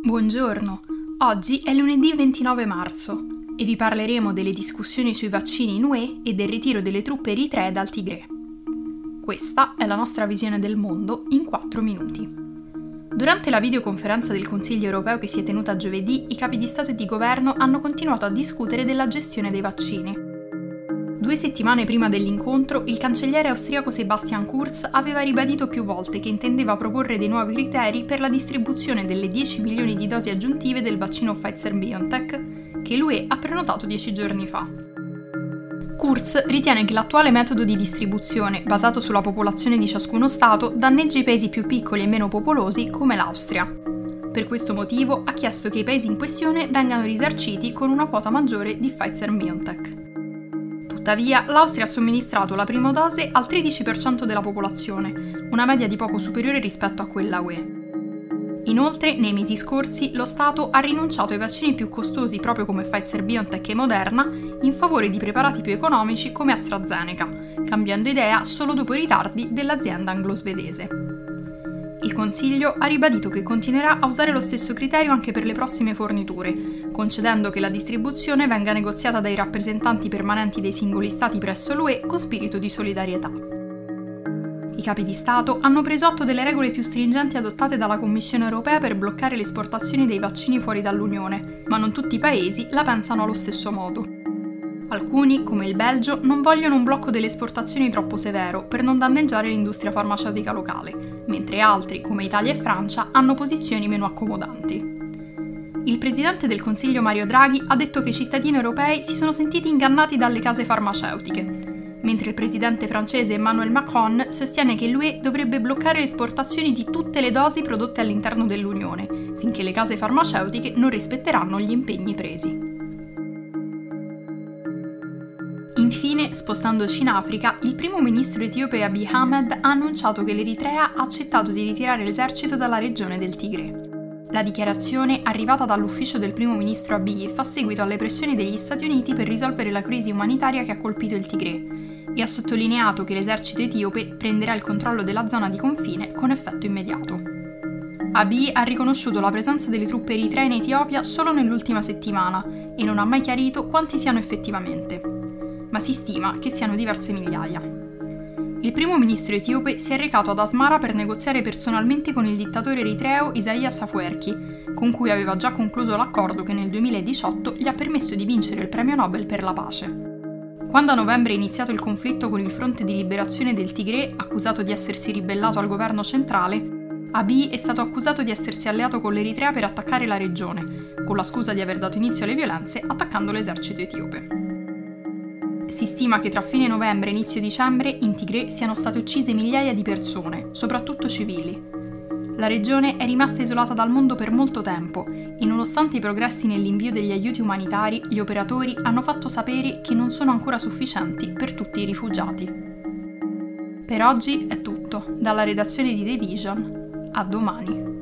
Buongiorno, oggi è lunedì 29 marzo e vi parleremo delle discussioni sui vaccini in UE e del ritiro delle truppe eritree dal Tigre. Questa è la nostra visione del mondo in 4 minuti. Durante la videoconferenza del Consiglio europeo che si è tenuta giovedì, i capi di Stato e di Governo hanno continuato a discutere della gestione dei vaccini. 2 settimane prima dell'incontro, il cancelliere austriaco Sebastian Kurz aveva ribadito più volte che intendeva proporre dei nuovi criteri per la distribuzione delle 10 milioni di dosi aggiuntive del vaccino Pfizer-BioNTech, che l'UE ha prenotato 10 giorni fa. Kurz ritiene che l'attuale metodo di distribuzione, basato sulla popolazione di ciascuno Stato, danneggia i paesi più piccoli e meno popolosi come l'Austria. Per questo motivo ha chiesto che i paesi in questione vengano risarciti con una quota maggiore di Pfizer-BioNTech. Tuttavia, l'Austria ha somministrato la prima dose al 13% della popolazione, una media di poco superiore rispetto a quella UE. Inoltre, nei mesi scorsi, lo Stato ha rinunciato ai vaccini più costosi proprio come Pfizer-BioNTech e Moderna in favore di preparati più economici come AstraZeneca, cambiando idea solo dopo i ritardi dell'azienda anglo-svedese. Il Consiglio ha ribadito che continuerà a usare lo stesso criterio anche per le prossime forniture, concedendo che la distribuzione venga negoziata dai rappresentanti permanenti dei singoli Stati presso l'UE con spirito di solidarietà. I capi di Stato hanno preso atto delle regole più stringenti adottate dalla Commissione europea per bloccare le esportazioni dei vaccini fuori dall'Unione, ma non tutti i paesi la pensano allo stesso modo. Alcuni, come il Belgio, non vogliono un blocco delle esportazioni troppo severo per non danneggiare l'industria farmaceutica locale, mentre altri, come Italia e Francia, hanno posizioni meno accomodanti. Il presidente del Consiglio Mario Draghi ha detto che i cittadini europei si sono sentiti ingannati dalle case farmaceutiche, mentre il presidente francese Emmanuel Macron sostiene che l'UE dovrebbe bloccare le esportazioni di tutte le dosi prodotte all'interno dell'Unione, finché le case farmaceutiche non rispetteranno gli impegni presi. Infine, spostandoci in Africa, il primo ministro etiope Abiy Ahmed ha annunciato che l'Eritrea ha accettato di ritirare l'esercito dalla regione del Tigre. La dichiarazione, arrivata dall'ufficio del primo ministro Abiy, fa seguito alle pressioni degli Stati Uniti per risolvere la crisi umanitaria che ha colpito il Tigre e ha sottolineato che l'esercito etiope prenderà il controllo della zona di confine con effetto immediato. Abiy ha riconosciuto la presenza delle truppe eritree in Etiopia solo nell'ultima settimana e non ha mai chiarito quanti siano effettivamente, ma si stima che siano diverse migliaia. Il primo ministro etiope si è recato ad Asmara per negoziare personalmente con il dittatore eritreo Isaias Afwerki, con cui aveva già concluso l'accordo che nel 2018 gli ha permesso di vincere il premio Nobel per la pace. Quando a novembre è iniziato il conflitto con il Fronte di Liberazione del Tigre, accusato di essersi ribellato al governo centrale, Abiy è stato accusato di essersi alleato con l'Eritrea per attaccare la regione, con la scusa di aver dato inizio alle violenze attaccando l'esercito etiope. Si stima che tra fine novembre e inizio dicembre in Tigre siano state uccise migliaia di persone, soprattutto civili. La regione è rimasta isolata dal mondo per molto tempo e nonostante i progressi nell'invio degli aiuti umanitari, gli operatori hanno fatto sapere che non sono ancora sufficienti per tutti i rifugiati. Per oggi è tutto, dalla redazione di The Vision, a domani.